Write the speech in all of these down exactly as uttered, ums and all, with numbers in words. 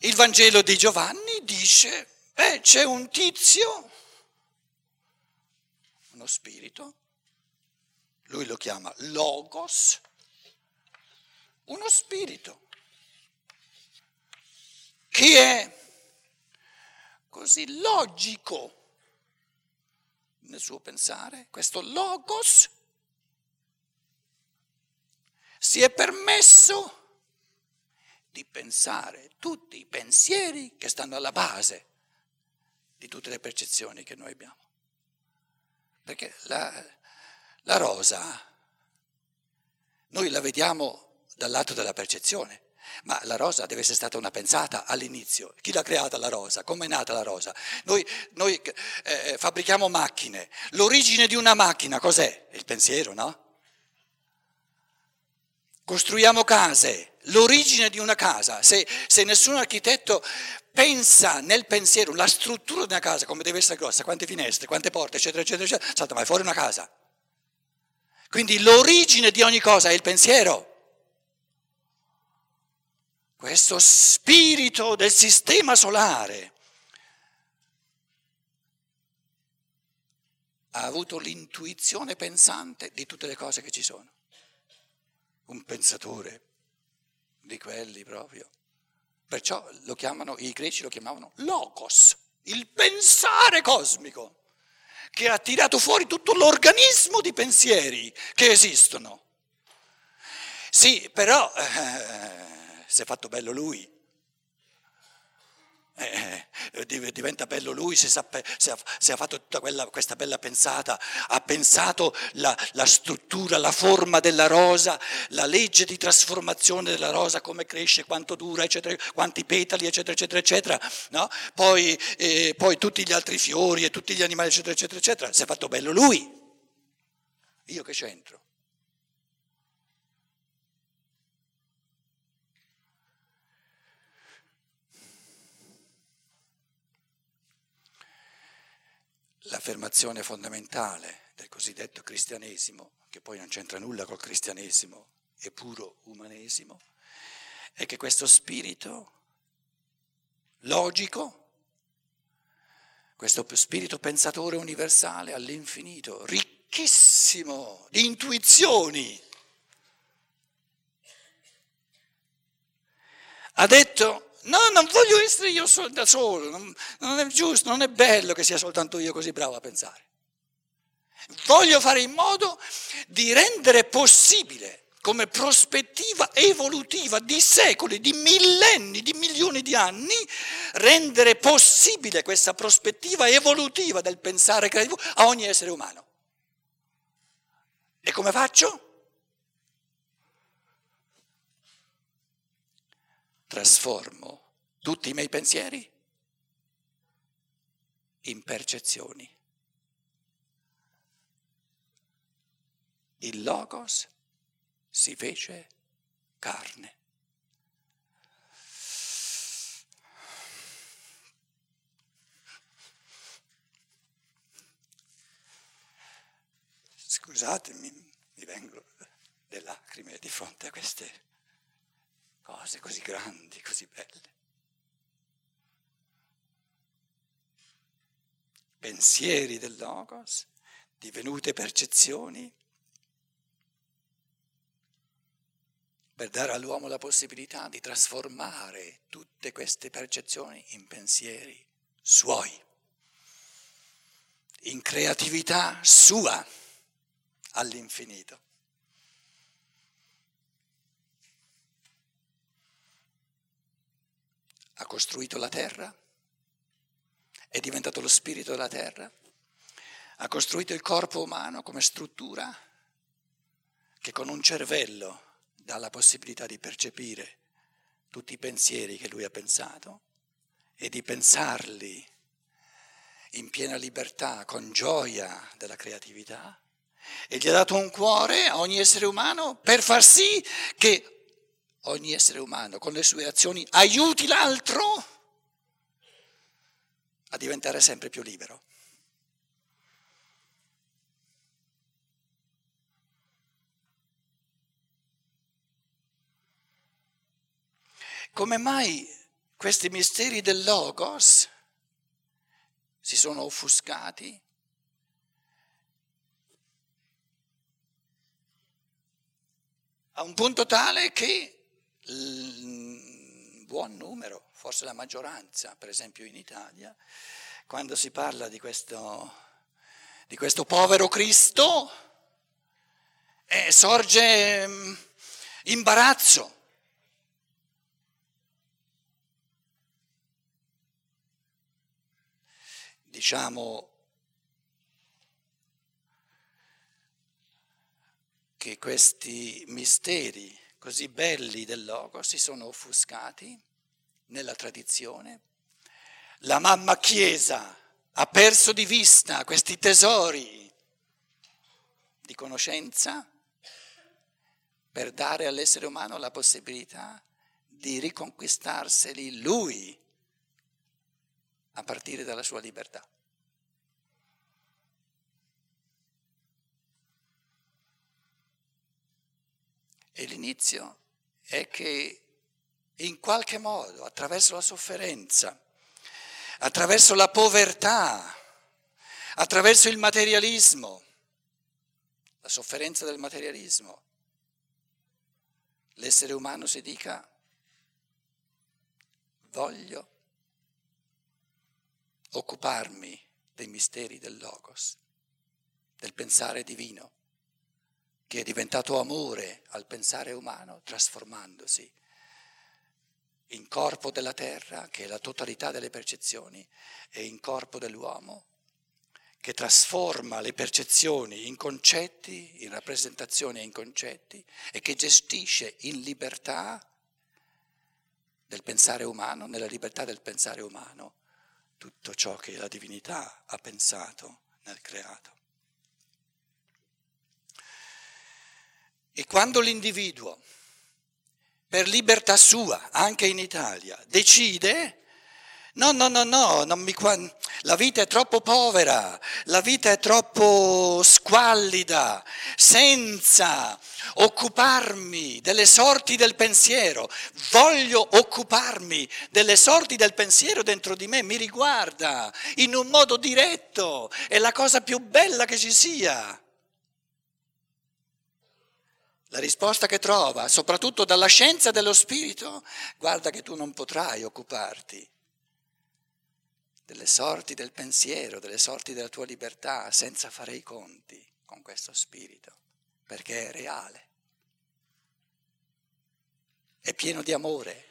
Il Vangelo di Giovanni dice, beh, c'è un tizio, uno spirito, lui lo chiama Logos, uno spirito che è così logico nel suo pensare, questo Logos si è permesso di pensare tutti i pensieri che stanno alla base di tutte le percezioni che noi abbiamo. Perché la, la rosa, noi la vediamo dal lato della percezione, ma la rosa deve essere stata una pensata all'inizio. Chi l'ha creata la rosa? Come è nata la rosa? Noi, noi eh, fabbrichiamo macchine. L'origine di una macchina cos'è? Il pensiero, no? Costruiamo case. L'origine di una casa, se, se nessun architetto pensa nel pensiero la struttura di una casa, come deve essere grossa, quante finestre, quante porte, eccetera, eccetera, eccetera, salta mai fuori una casa. Quindi l'origine di ogni cosa è il pensiero. Questo spirito del sistema solare ha avuto l'intuizione pensante di tutte le cose che ci sono. Un pensatore di quelli proprio. Perciò lo chiamano, i greci lo chiamavano Logos, il pensare cosmico, che ha tirato fuori tutto l'organismo di pensieri che esistono. Sì, però eh, si è fatto bello lui. Eh, diventa bello lui se, sa, se, ha, se ha fatto tutta quella, questa bella pensata, ha pensato la, la struttura, la forma della rosa, la legge di trasformazione della rosa, come cresce, quanto dura, eccetera, quanti petali, eccetera, eccetera, eccetera, no? Poi, eh, poi tutti gli altri fiori e tutti gli animali, eccetera, eccetera, eccetera, si è fatto bello lui. Io che c'entro? L'affermazione fondamentale del cosiddetto cristianesimo, che poi non c'entra nulla col cristianesimo, è puro umanesimo, è che questo spirito logico, questo spirito pensatore universale all'infinito, ricchissimo di intuizioni, ha detto: no, non voglio essere io da solo, non, non è giusto, non è bello che sia soltanto io così bravo a pensare. Voglio fare in modo di rendere possibile, come prospettiva evolutiva di secoli, di millenni, di milioni di anni, rendere possibile questa prospettiva evolutiva del pensare creativo a ogni essere umano. E come faccio? Trasformo tutti i miei pensieri in percezioni. Il Logos si fece carne. Scusatemi, mi vengono le lacrime di fronte a queste cose così grandi, così belle. Pensieri del Logos, divenute percezioni, per dare all'uomo la possibilità di trasformare tutte queste percezioni in pensieri suoi, in creatività sua all'infinito. Ha costruito la terra, è diventato lo spirito della terra, ha costruito il corpo umano come struttura che con un cervello dà la possibilità di percepire tutti i pensieri che lui ha pensato e di pensarli in piena libertà, con gioia della creatività, e gli ha dato un cuore a ogni essere umano per far sì che ogni essere umano con le sue azioni aiuti l'altro a diventare sempre più libero. Come mai questi misteri del Logos si sono offuscati a un punto tale che il buon numero, forse la maggioranza, per esempio in Italia, quando si parla di questo, di questo povero Cristo, eh, sorge mm, imbarazzo. Diciamo che questi misteri così belli del Logos si sono offuscati nella tradizione. La mamma Chiesa ha perso di vista questi tesori di conoscenza per dare all'essere umano la possibilità di riconquistarseli lui a partire dalla sua libertà. E l'inizio è che in qualche modo, attraverso la sofferenza, attraverso la povertà, attraverso il materialismo, la sofferenza del materialismo, l'essere umano si dica: voglio occuparmi dei misteri del Logos, del pensare divino, che è diventato amore al pensare umano, trasformandosi in corpo della terra, che è la totalità delle percezioni, e in corpo dell'uomo, che trasforma le percezioni in concetti, in rappresentazioni e in concetti, e che gestisce in libertà del pensare umano, nella libertà del pensare umano, tutto ciò che la divinità ha pensato nel creato. E quando l'individuo, per libertà sua, anche in Italia, decide: no, no, no, no, non mi, la vita è troppo povera, la vita è troppo squallida, senza occuparmi delle sorti del pensiero, voglio occuparmi delle sorti del pensiero dentro di me, mi riguarda in un modo diretto, è la cosa più bella che ci sia. La risposta che trova, soprattutto dalla scienza dello spirito: guarda che tu non potrai occuparti delle sorti del pensiero, delle sorti della tua libertà, senza fare i conti con questo spirito, perché è reale, è pieno di amore.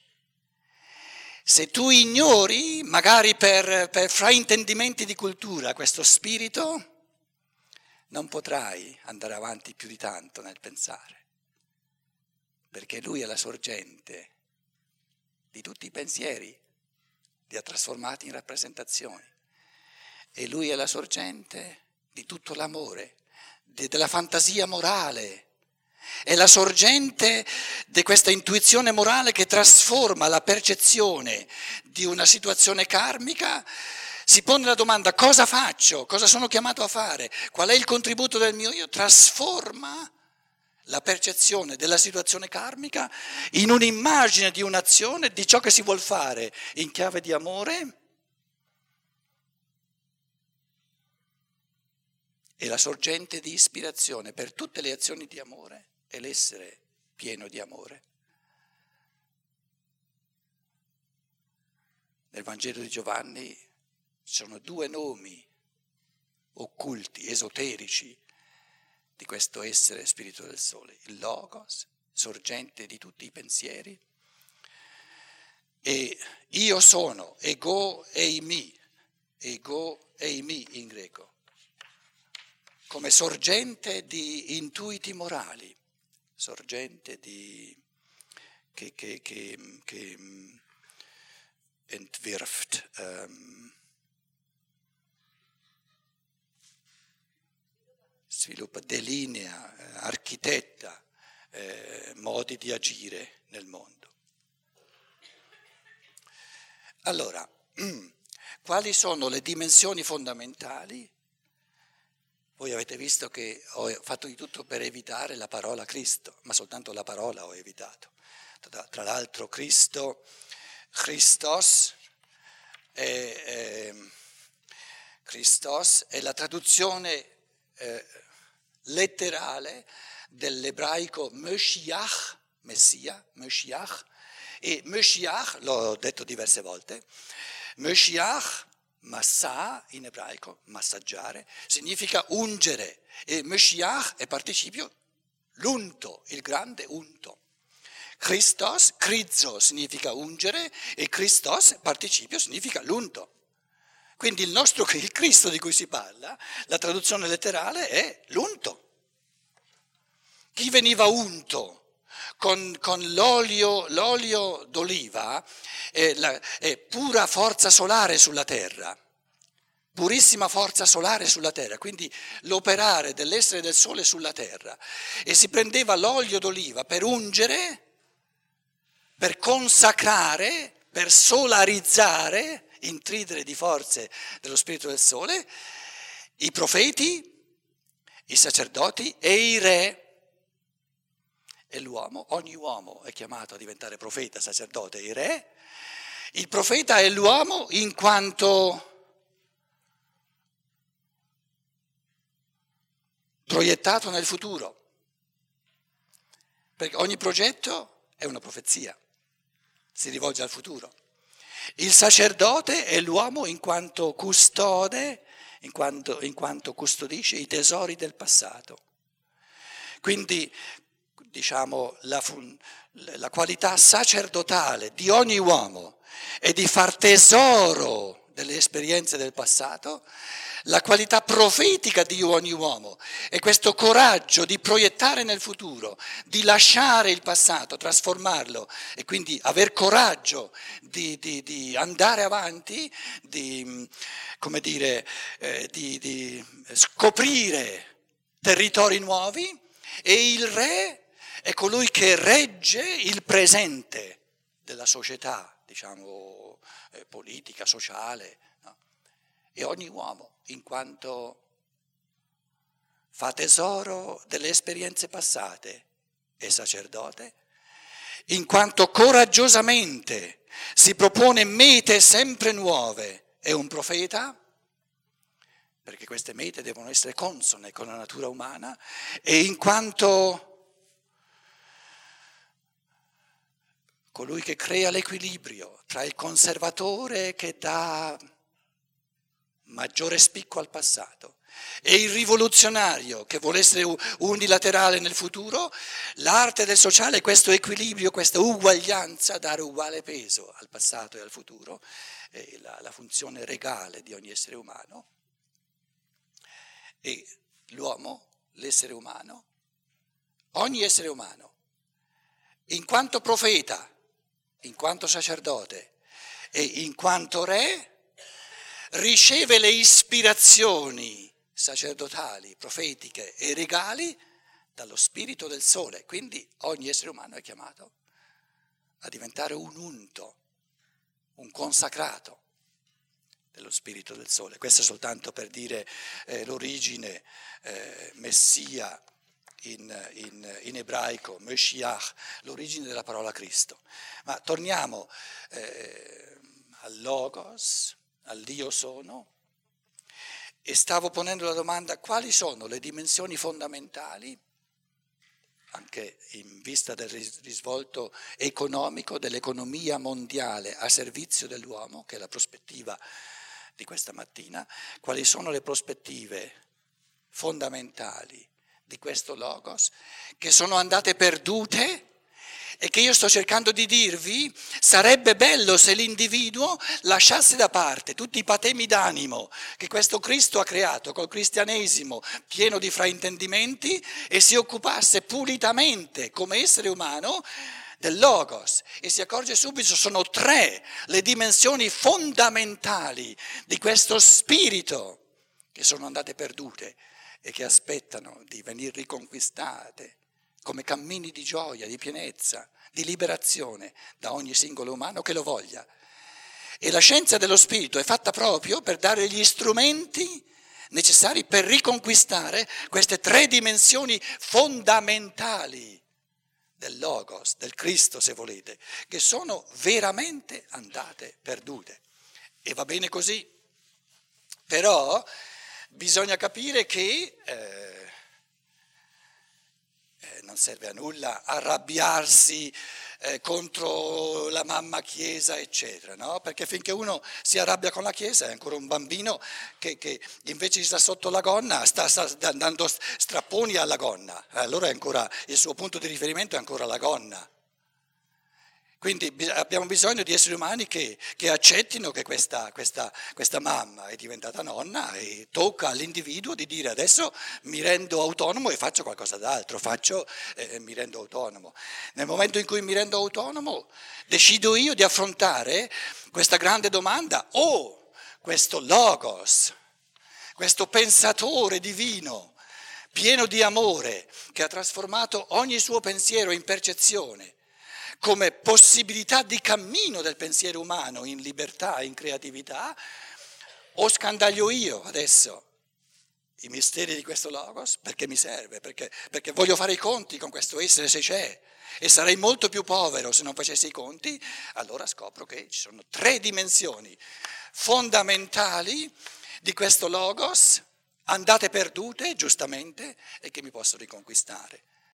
Se tu ignori, magari per, per fraintendimenti di cultura, questo spirito, non potrai andare avanti più di tanto nel pensare, perché lui è la sorgente di tutti i pensieri, li ha trasformati in rappresentazioni, e lui è la sorgente di tutto l'amore, di, della fantasia morale, è la sorgente di questa intuizione morale che trasforma la percezione di una situazione karmica. Si pone la domanda: cosa faccio? Cosa sono chiamato a fare? Qual è il contributo del mio io? Trasforma la percezione della situazione karmica in un'immagine di un'azione, di ciò che si vuol fare in chiave di amore, e la sorgente di ispirazione per tutte le azioni di amore è l'essere pieno di amore. Nel Vangelo di Giovanni ci sono due nomi occulti, esoterici, di questo essere spirito del sole: il Logos, sorgente di tutti i pensieri, e io sono, ego eimi, ego eimi in greco, come sorgente di intuiti morali, sorgente di che, che, che, che entwirft, um, sviluppa, delinea, eh, architetta eh, modi di agire nel mondo. Allora, quali sono le dimensioni fondamentali? Voi avete visto che ho fatto di tutto per evitare la parola Cristo, ma soltanto la parola ho evitato. Tra, tra l'altro Cristo Christos è, è, Christos è la traduzione eh, letterale dell'ebraico Moshiach, Messia, Moshiach, e Moshiach, l'ho detto diverse volte, Moshiach, Massà in ebraico, massaggiare, significa ungere, e Moshiach è participio l'unto, il grande unto. Christos, Christo significa ungere e Christos, participio, significa l'unto. Quindi il nostro il Cristo di cui si parla, la traduzione letterale è l'unto. Chi veniva unto con, con l'olio, l'olio d'oliva è, la, è pura forza solare sulla terra, purissima forza solare sulla terra, quindi l'operare dell'essere del sole sulla terra. E si prendeva l'olio d'oliva per ungere, per consacrare, per solarizzare, intridere di forze dello spirito del sole, i profeti, i sacerdoti e i re. E l'uomo, ogni uomo è chiamato a diventare profeta, sacerdote e re. Il profeta è l'uomo in quanto proiettato nel futuro, perché ogni progetto è una profezia, si rivolge al futuro. Il sacerdote è l'uomo in quanto custode, in quanto, in quanto custodisce i tesori del passato. Quindi, diciamo, la, la qualità sacerdotale di ogni uomo è di far tesoro delle esperienze del passato, la qualità profetica di ogni uomo è questo coraggio di proiettare nel futuro, di lasciare il passato, trasformarlo e quindi aver coraggio di, di, di andare avanti, di, come dire, eh, di, di scoprire territori nuovi. E il re è colui che regge il presente della società, diciamo, eh, politica, sociale, no? E ogni uomo, in quanto fa tesoro delle esperienze passate, è sacerdote, in quanto coraggiosamente si propone mete sempre nuove, è un profeta, perché queste mete devono essere consone con la natura umana, e in quanto colui che crea l'equilibrio tra il conservatore che dà maggiore spicco al passato e il rivoluzionario che vuole essere unilaterale nel futuro, l'arte del sociale è questo equilibrio, questa uguaglianza, dare uguale peso al passato e al futuro, è la, la funzione regale di ogni essere umano. E l'uomo, l'essere umano, ogni essere umano, in quanto profeta, in quanto sacerdote e in quanto re, riceve le ispirazioni sacerdotali, profetiche e regali dallo spirito del sole. Quindi ogni essere umano è chiamato a diventare un unto, un consacrato dello spirito del sole. Questo è soltanto per dire eh, l'origine eh, Messia in, in, in ebraico, Moshiach, l'origine della parola Cristo. Ma torniamo eh, al Logos, al Dio sono, e stavo ponendo la domanda: quali sono le dimensioni fondamentali, anche in vista del risvolto economico, dell'economia mondiale a servizio dell'uomo, che è la prospettiva di questa mattina, quali sono le prospettive fondamentali di questo Logos che sono andate perdute e che io sto cercando di dirvi? Sarebbe bello se l'individuo lasciasse da parte tutti i patemi d'animo che questo Cristo ha creato col cristianesimo pieno di fraintendimenti e si occupasse pulitamente come essere umano del Logos, e si accorge subito sono tre le dimensioni fondamentali di questo spirito che sono andate perdute e che aspettano di venire riconquistate come cammini di gioia, di pienezza, di liberazione da ogni singolo umano che lo voglia. E la scienza dello spirito è fatta proprio per dare gli strumenti necessari per riconquistare queste tre dimensioni fondamentali del Logos, del Cristo se volete, che sono veramente andate perdute. E va bene così. Però bisogna capire che eh, eh, non serve a nulla arrabbiarsi eh, contro la mamma Chiesa, eccetera, no? Perché finché uno si arrabbia con la Chiesa è ancora un bambino che, che invece di stare sotto la gonna sta, sta dando strapponi alla gonna, allora è ancora, il suo punto di riferimento è ancora la gonna. Quindi abbiamo bisogno di esseri umani che, che accettino che questa, questa, questa mamma è diventata nonna e tocca all'individuo di dire adesso mi rendo autonomo e faccio qualcosa d'altro, faccio, eh, mi rendo autonomo. Nel momento in cui mi rendo autonomo decido io di affrontare questa grande domanda, o questo Logos, questo pensatore divino, pieno di amore, che ha trasformato ogni suo pensiero in percezione, come possibilità di cammino del pensiero umano in libertà, in creatività, o scandaglio io adesso i misteri di questo Logos perché mi serve, perché, perché voglio fare i conti con questo essere se c'è, e sarei molto più povero se non facessi i conti. Allora scopro che ci sono tre dimensioni fondamentali di questo Logos, andate perdute giustamente, e che mi posso riconquistare.